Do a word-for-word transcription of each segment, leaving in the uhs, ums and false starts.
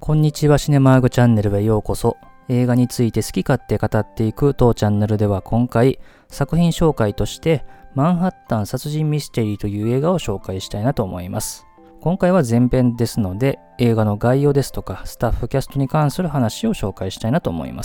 こんにちは、シネマーグチャンネルへようこそ。映画について好き勝手語っていく当チャンネルでは、今回作品紹介としてマンハッタン殺人ミステリーという映画を紹介したいなと思います。今回は前編ですので、映画の概要ですとかスタッフキャストに関する話を紹介したいなと思います。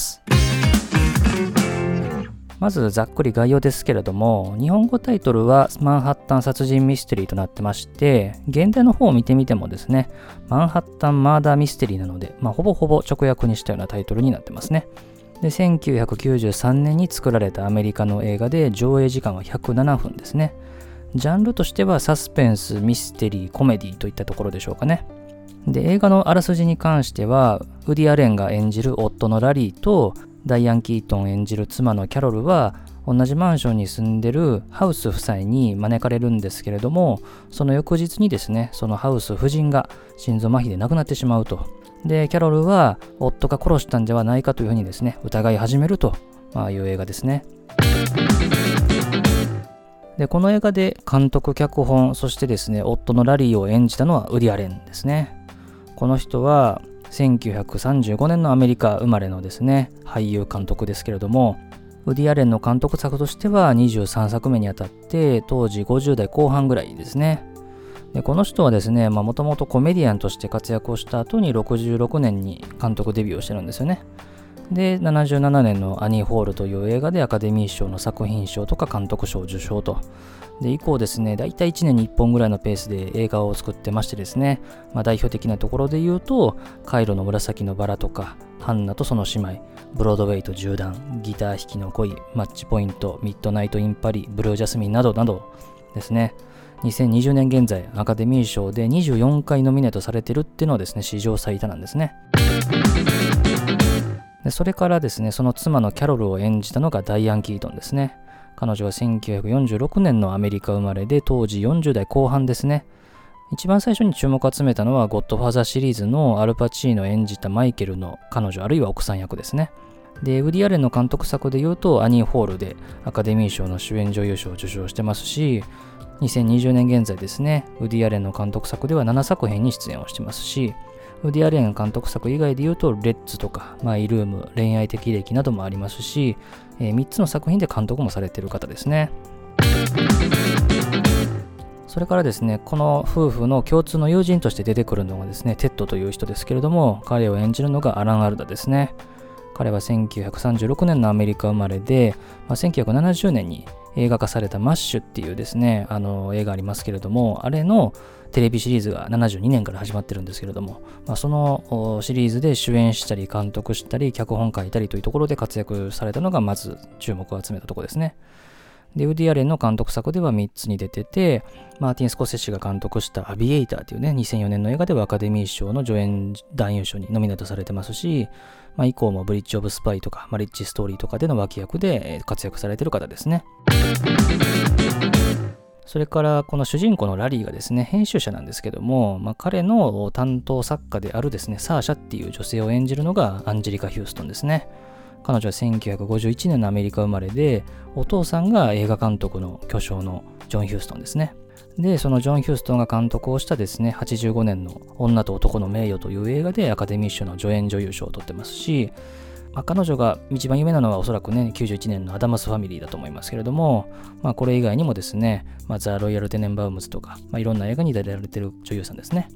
まずざっくり概要ですけれども、日本語タイトルはマンハッタン殺人ミステリーとなってまして、現代の方を見てみてもですね、マンハッタンマーダーミステリーなので、まあ、ほぼほぼ直訳にしたようなタイトルになってますね。で、せんきゅうひゃくきゅうじゅうさんねんに作られたアメリカの映画で、上映時間はひゃくななふんですね。ジャンルとしてはサスペンス、ミステリー、コメディといったところでしょうかね。で、映画のあらすじに関しては、ウディ・アレンが演じる夫のラリーと、ダイアン・キートン演じる妻のキャロルは同じマンションに住んでるハウス夫妻に招かれるんですけれども、その翌日にですね、そのハウス夫人が心臓麻痺で亡くなってしまうと。で、キャロルは夫が殺したんではないかというふうにですね、疑い始めると、まあ、いう映画ですね。で、この映画で監督、脚本、そしてですね、夫のラリーを演じたのはウディ・アレンですね。この人はせんきゅうひゃくさんじゅうごねんのアメリカ生まれのですね、俳優監督ですけれども、ウディ・アレンの監督作としてはにじゅうさんさくめにあたって、当時ごじゅうだいこうはんぐらいですね。で、この人はですね、もともとコメディアンとして活躍をした後にろくじゅうろくねんに監督デビューをしてるんですよね。で、ななじゅうななねんのアニー・ホールという映画でアカデミー賞の作品賞とか監督賞を受賞と。で、以降ですね、だいたいいちねんにいっぽんぐらいのペースで映画を作ってましてですね、まあ、代表的なところで言うと、カイロの紫のバラとか、ハンナとその姉妹、ブロードウェイと銃弾、ギター弾きの恋、マッチポイント、ミッドナイト・イン・パリ、ブルージャスミンなどなどですね、にせんにじゅうねん現在、アカデミー賞でにじゅうよんかいノミネートされてるっていうのはですね、史上最多なんですね。で、それからですね、その妻のキャロルを演じたのがダイアン・キートンですね。彼女はせんきゅうひゃくよんじゅうろくねんのアメリカ生まれで、当時よんじゅうだいこうはんですね。一番最初に注目を集めたのは、ゴッドファーザーシリーズのアルパチーノ演じたマイケルの彼女あるいは奥さん役ですね。で、ウディ・アレンの監督作で言うと、アニー・ホールでアカデミー賞の主演女優賞を受賞してますし、にせんにじゅうねん現在ですね、ウディ・アレンの監督作ではななさくひんに出演をしてますし、ウディ・アレン監督作以外で言うと、レッツとか、マイ・ルーム、恋愛的歴などもありますし、えー、みっつの作品で監督もされている方ですね。それからですね、この夫婦の共通の友人として出てくるのがですね、テッドという人ですけれども、彼を演じるのがアラン・アルダですね。彼はせんきゅうひゃくさんじゅうろくねんのアメリカ生まれで、まあ、せんきゅうひゃくななじゅうねんに映画化されたマッシュっていうですね、あの映画ありますけれども、あれのテレビシリーズがななじゅうにねんから始まってるんですけれども、まあ、そのシリーズで主演したり監督したり脚本書いたりというところで活躍されたのがまず注目を集めたところですね。で、ウディ・アレンの監督作ではみっつに出てて、マーティン・スコセッシが監督したアビエイターというね、にせんよねんの映画ではアカデミー賞の助演男優賞にノミネートされてますし、まあ、以降もブリッジ・オブ・スパイとかマリッジ・ストーリーとかでの脇役で活躍されている方ですね。それからこの主人公のラリーがですね、編集者なんですけども、まあ、彼の担当作家であるですね、サーシャっていう女性を演じるのがアンジェリカ・ヒューストンですね。彼女はせんきゅうひゃくごじゅういちねんのアメリカ生まれで、お父さんが映画監督の巨匠のジョン・ヒューストンですね。で、そのジョン・ヒューストンが監督をしたですね、はちじゅうごねんの女と男の名誉という映画でアカデミー賞の助演女優賞を取ってますし、まあ、彼女が一番有名なのはおそらくね、きゅうじゅういちねんのアダマスファミリーだと思いますけれども、まあ、これ以外にもですね、まあ、ザ・ロイヤル・テネンバウムズとか、まあ、いろんな映画に出られている女優さんですね。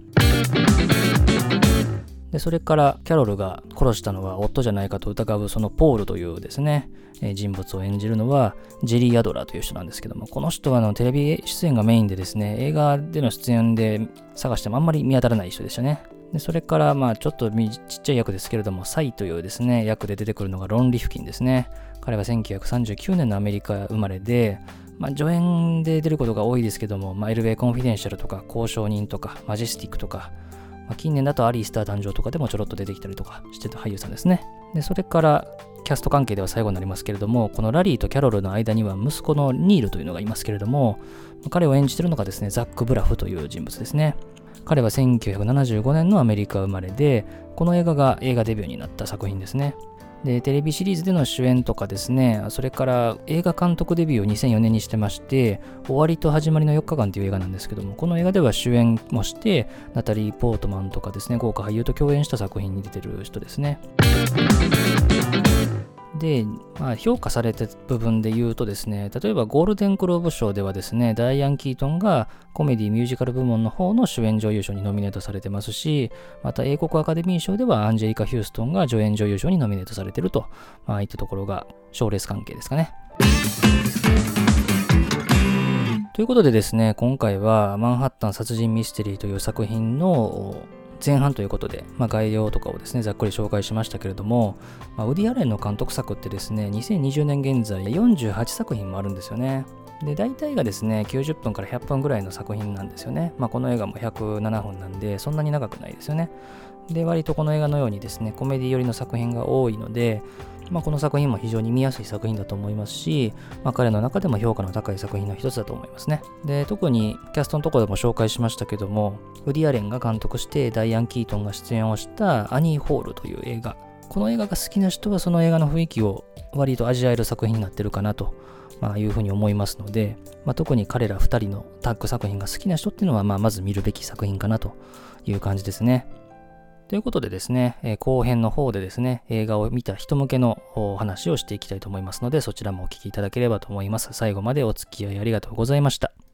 で、それからキャロルが殺したのは夫じゃないかと疑うそのポールというですね、えー、人物を演じるのはジェリー・アドラーという人なんですけども、この人はあのテレビ出演がメインでですね、映画での出演で探してもあんまり見当たらない人でしたね。で、それからまあちょっとちっちゃい役ですけれども、サイというですね、役で出てくるのがロン・リフキンですね。彼はせんきゅうひゃくさんじゅうきゅうねんのアメリカ生まれで、まあ、助演で出ることが多いですけども、まあ、エルウェイ・コンフィデンシャルとか交渉人とかマジェスティックとか、まあ、近年だとアリー・スター誕生とかでもちょろっと出てきたりとかしてた俳優さんですね。で、それからキャスト関係では最後になりますけれども、このラリーとキャロルの間には息子のニールというのがいますけれども、彼を演じているのがですね、ザック・ブラフという人物ですね。彼はせんきゅうひゃくななじゅうごねんのアメリカ生まれで、この映画が映画デビューになった作品ですね。 で、テレビシリーズでの主演とかですね、それから映画監督デビューをにせんよねんにしてまして、終わりと始まりのよっかかんという映画なんですけども、この映画では主演もして、ナタリー・ポートマンとかですね、豪華俳優と共演した作品に出てる人ですね。で、まあ、評価されてる部分で言うとですね、例えばゴールデングローブ賞ではですね、ダイアン・キートンがコメディミュージカル部門の方の主演女優賞にノミネートされてますし、また英国アカデミー賞ではアンジェリカ・ヒューストンが助演女優賞にノミネートされてると、まあ、いったところが賞レース関係ですかね。ということでですね、今回はマンハッタン殺人ミステリーという作品の前半ということで、まあ、概要とかをですね、ざっくり紹介しましたけれども、まあ、ウディ・アレンの監督作ってですね、にせんにじゅうねん現在よんじゅうはちさく品もあるんですよね。で、大体がですね、きゅうじゅっぷんからひゃっぷんぐらいの作品なんですよね。まあ、この映画もひゃくななふんなんで、そんなに長くないですよね。で、割とこの映画のようにですね、コメディ寄りの作品が多いので、まあ、この作品も非常に見やすい作品だと思いますし、まあ、彼の中でも評価の高い作品の一つだと思いますね。で、特にキャストのところでも紹介しましたけども、ウディ・アレンが監督してダイアン・キートンが出演をしたアニー・ホールという映画。この映画が好きな人はその映画の雰囲気を割と味わえる作品になってるかなと、まあ、いうふうに思いますので、まあ、特に彼らふたりのタッグ作品が好きな人っていうのは、まあ、まず見るべき作品かなという感じですね。ということでですね、えー、後編の方でですね、映画を見た人向けのお話をしていきたいと思いますので、そちらもお聞きいただければと思います。最後までお付き合いありがとうございました。